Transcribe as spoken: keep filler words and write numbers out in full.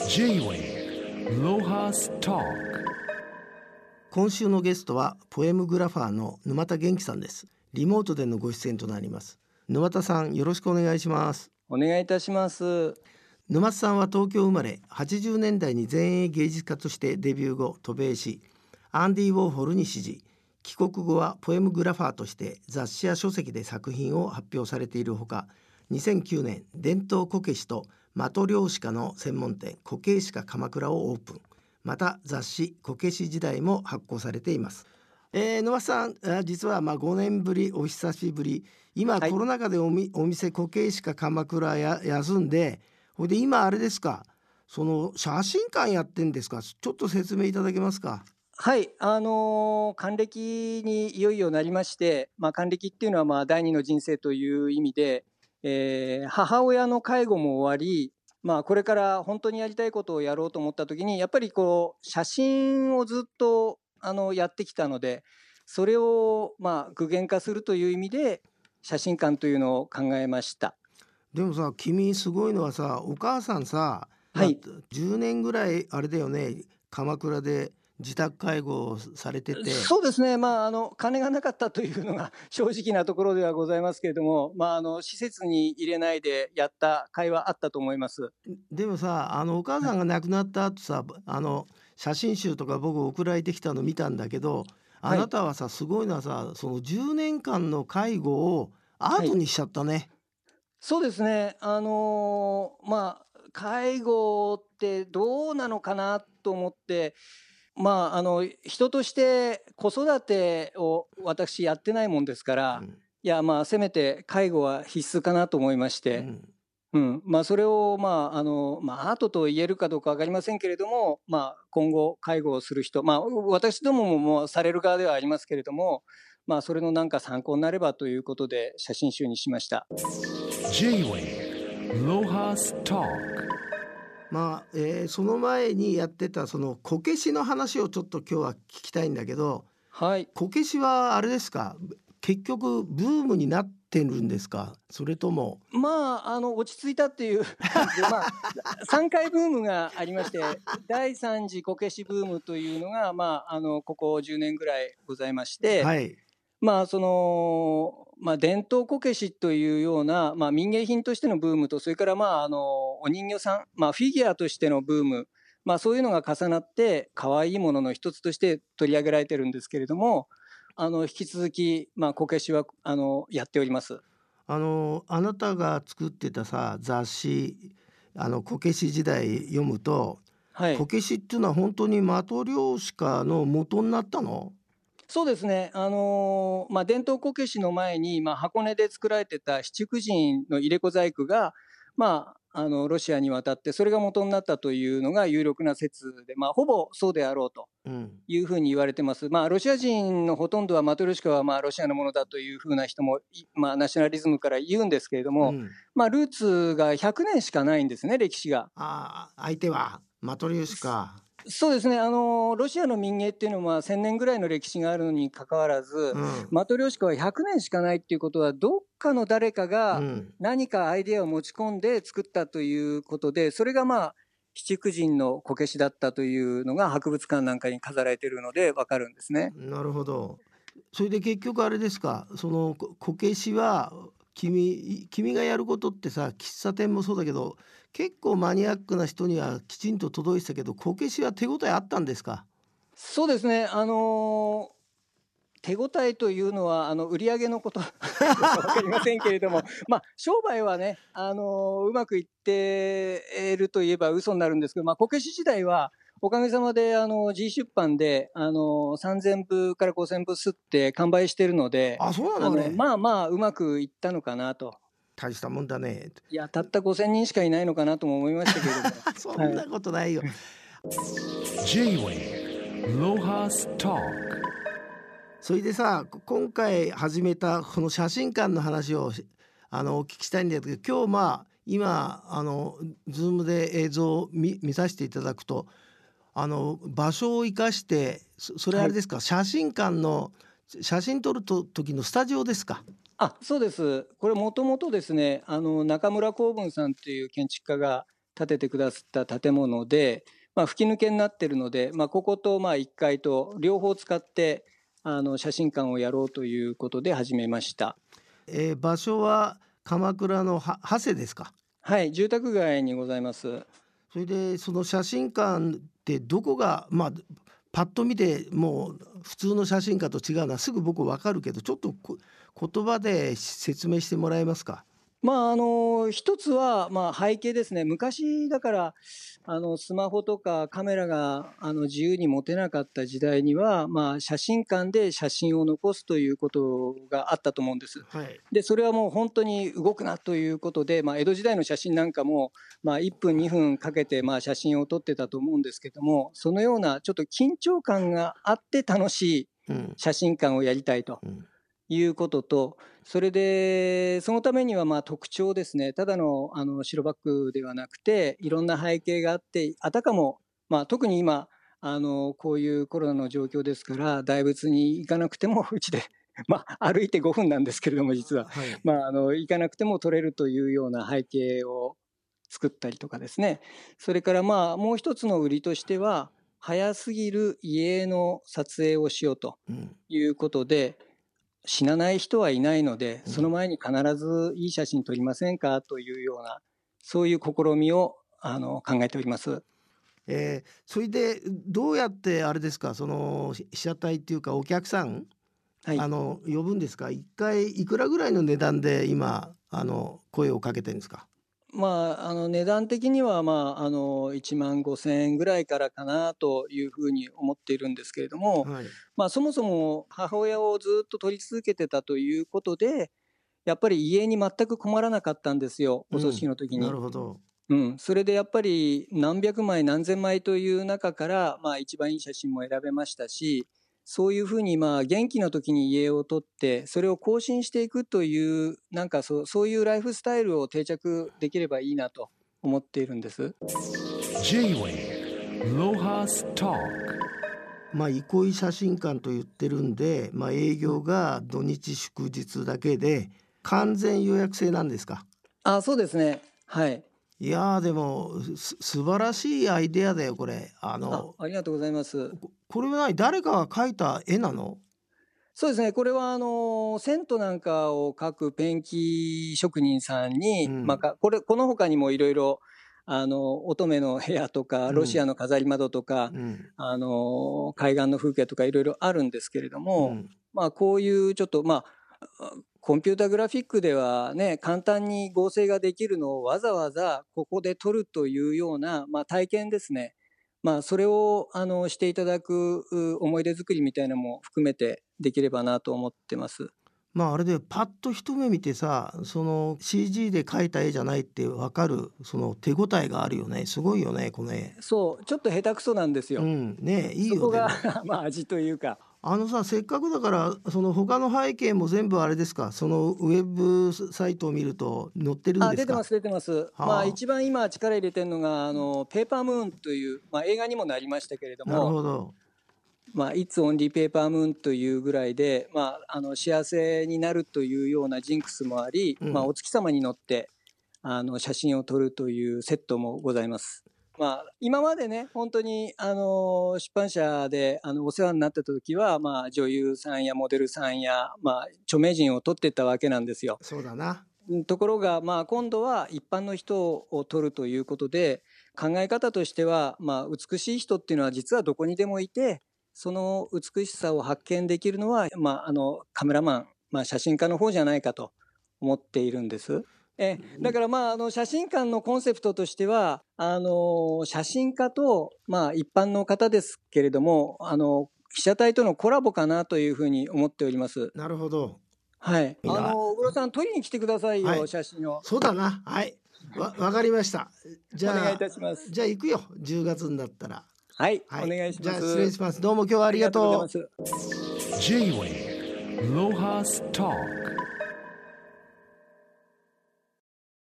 J-Wave Lohas Talk。 今週のゲストはポエムグラファーの沼田元気さんです。リモートでのご出演となります。沼田さん、よろしくお願いします。 お願いいたします。 沼田さんは東京生まれ、はちじゅうねんだいに前衛芸術家としてデビュー後渡米し、アンディ・ウォーホルに師事。帰国後はポエムグラファーとして雑誌や書籍で作品を発表されているほか、にせんきゅうねん伝統こけしと的漁師家の専門店こけし家鎌倉をオープン。また雑誌こけし時代も発行されています。えー、沼田さん、実はまあごねんぶりお久しぶり。今、はい、コロナ禍でお, みお店こけし家鎌倉や休んで、ほいで今あれですか、その写真館やってんですか。ちょっと説明いただけますか。 はい、あのー、還暦にいよいよなりまして、まあ、還暦っていうのはまあ第二の人生という意味で、えー、母親の介護も終わり、まあ、これから本当にやりたいことをやろうと思った時に、やっぱりこう写真をずっとあのやってきたので、それをまあ具現化するという意味で写真館というのを考えました。 でもさ、君すごいのはさ、お母さんさ、 はい、 じゅうねんぐらいあれだよね、鎌倉で自宅介護をされてて。 そうですね、まあ、あの金がなかったというのが正直なところではございますけれども、まあ、あの施設に入れないでやった甲斐はあったと思います。 でもさ、あのお母さんが亡くなった後さ、あの写真集とか僕送られてきたの見たんだけど、あなたはさ、すごいのはさ、そのじゅうねんかんの介護をアートにしちゃったね。はい、 そうですね、あのー、まあ介護ってどうなのかなと思って、まあ、あの人として子育てを私やってないもんですから、うん、いやまあせめて介護は必須かなと思いまして、うんうんまあ、それを、まああのまあ、アートと言えるかどうか分かりませんけれども、まあ、今後介護をする人、まあ、私どもももうされる側ではありますけれども、まあ、それのなんか参考になればということで写真集にしました。 J-Wave Lohas Talk。 まあえー、その前にやってたそのこけしの話をちょっと今日は聞きたいんだけど、 はい、 こけしはあれですか、結局ブームになってるんですか、それとも。 まあ、あの落ち着いたっていう感じで、まあ、さんかいブームがありまして、だいさん次こけしブームというのが、まあ、あのここじゅうねんぐらいございまして、はい、まあそのまあ、伝統こけしというような、まあ、民芸品としてのブームと、それから、まあ、あのお人形さん、まあ、フィギュアとしてのブーム、まあ、そういうのが重なって可愛いものの一つとして取り上げられてるんですけれども、あの引き続き、まあ、こけしはあのやっております。 あのあなたが作ってたさ雑誌、あのこけし時代読むと、はい、こけしっていうのは本当に的漁師家の元になったの？ そうですね、あのーまあ、伝統こけしの前に、まあ、箱根で作られてた七福神の入れ子細工が、まあ、あのロシアに渡って、それが元になったというのが有力な説で、まあ、ほぼそうであろうというふうに言われてます。うん、まあ、ロシア人のほとんどはマトリョシカはまあロシアのものだというふうな人も、まあ、ナショナリズムから言うんですけれども、うん、まあ、ルーツがひゃくねんしかないんですね、歴史が。 あ、相手はマトリョシカ。 そうですね、あのロシアの民芸っていうのはせんねんぐらいの歴史があるのにかかわらず、うん、マトリョシカはひゃくねんしかないっていうことは、どっかの誰かが何かアイデアを持ち込んで作ったということで、それがまあ七福神のこけしだったというのが博物館なんかに飾られているので分かるんですね。 なるほど。それで結局あれですか、そのこけしは君君がやることってさ、喫茶店もそうだけど結構マニアックな人にはきちんと届いてたけど、こけしは手応えあったんですか？ そうですね、あのー手応えというのはあの売り上げのこと分かりませんけれどもまあ商売はね、あのうまくいっているといえば嘘になるんですけど、まあ、こけし時代はおかげさまであの G 出版であのさんぜんぶからごせんぶ刷って完売しているので、 あ、そうなのね。 あのまあまあうまくいったのかなと。 大したもんだね。 いや、たったごせんにんしかいないのかなとも思いましたけれどもそんなことないよ。はい、 J-Wave Lohas Talk。 それでさ、今回始めたこの写真館の話をあのお聞きしたいんだけど、今日まあ今あのズームで映像を 見, 見させていただくと、あの場所を生かして、そ, それあれですか、はい、写真館の写真撮ると時のスタジオですか？ あ、そうです。これもともとですね、あの中村光文さんという建築家が建ててくださった建物で、まあ、吹き抜けになっているので、まあ、こことまあいっかいと両方使ってあの写真館をやろうということで始めました。 えー場所は鎌倉のは長谷ですか？ はい、住宅街にございます。 それでその写真館ってどこが、まあパッと見てもう普通の写真館と違うのはすぐ僕分かるけど、ちょっとこ言葉で説明してもらえますか？ まあ、あの一つは、まあ、背景ですね。昔だからあのスマホとかカメラがあの自由に持てなかった時代には、まあ、写真館で写真を残すということがあったと思うんです。 はい。 でそれはもう本当に動くなということで、まあ、江戸時代の写真なんかも、まあ、いっぷんにふんかけてまあ写真を撮ってたと思うんですけども、そのようなちょっと緊張感があって楽しいうん写真館をやりたいとうんいうことと、それでそのためにはまあ特徴ですね。ただのあの白バックではなくて、いろんな背景があって、あたかも、まあ、特に今あのこういうコロナの状況ですから、大仏に行かなくてもうちでまあ、歩いてごふんなんですけれども、実は、 はい。 まあ、あの行かなくても撮れるというような背景を作ったりとかですね。それからまあもう一つの売りとしては、早すぎる家の撮影をしようとうんいうことで、死なない人はいないので、 うんその前に必ずいい写真撮りませんかというような、そういう試みをあの考えております。 えーそれでどうやってあれですか、その被写体っていうかお客さん、 はいあの呼ぶんですか？一回いくらぐらいの値段で今あの声をかけてるんですか？ まあ、あの値段的には、まあ、あのいちまんごせんえんぐらいからかなというふうに思っているんですけれども、 はい。 まあ、そもそも母親をずっと撮り続けてたということで、やっぱり家に全く困らなかったんですよ、お葬式の時なに。 るほど。 うん、それでやっぱり何百枚何千枚という中から、まあ、一番いい写真も選べましたし、そういうふうにまあ元気の時に家を撮ってそれを更新していくというなんかそう、そういうライフスタイルを定着できればいいなと思っているんです。 J-Way ロハスターまあ憩い写真館と言ってるんで、まあ、営業が土日祝日だけで完全予約制なんですか？ あ、そうですね。はい。 いやーでもす素晴らしいアイデアだよこれ。ああ、 のありがとうございます。 ここれは何、誰かが描いた絵なの？ そうですね。これはあの銭湯なんかを描くペンキ職人さんに、 うんまあ、かこれこの他にもいろいろあの乙女の部屋とかうんロシアの飾り窓とか、 うんあの海岸の風景とかいろいろあるんですけれどうも、 んまあ、こういうちょっとまあコンピュータグラフィックではね簡単に合成ができるのをわざわざここで撮るというような、まあ、体験ですね。まあ、それをあのしていただくう思い出作りみたいなのも含めてできればなと思ってます。 まああれでパッと一目見てさ、その シージー で描いた絵じゃないって分かるその手応えがあるよね。すごいよねこの絵。 そうちょっと下手くそなんですよ。 うんねえいいよそこがでもまあ味というか。 あのさ、せっかくだからその他の背景も全部あれですか、そのウェブサイトを見ると載ってるんあ、 ですか？ 出てます出てます。 はあまあ一番今力入れてるのがあのペーパームーンという、まあ、映画にもなりましたけれどなるも、 ほど。 まあ、It's Only Paper Moon というぐらいで、まあ、あの幸せになるというようなジンクスもあり、 うんまあ、お月様に乗ってあの写真を撮るというセットもございます。まあ、今までね本当にあの出版社であのお世話になってた時は、まあ、女優さんやモデルさんや、まあ、著名人を撮ってったわけなんですよ。 そうだな。 ところが、まあ、今度は一般の人を撮るということで考え方としては、まあ、美しい人っていうのは実はどこにでもいて、その美しさを発見できるのは、まあ、あのカメラマン、まあ、写真家の方じゃないかと思っているんです。えだから、まあ、あの写真館のコンセプトとしてはあの写真家と、まあ、一般の方ですけれどもあの被写体とのコラボかなというふうに思っております。 なるほど。 はい、 いいなあの小黒さん撮りに来てくださいよ、 はい写真を。 そうだな。はいわわかりました。じゃあお願いいたします。 じゃあ行くよじゅうがつになったら。 はい、 はい、 お願いします。 じゃあ失礼します。どうも今日はありがとう。 ありがとうございます。 J-Way ロハスター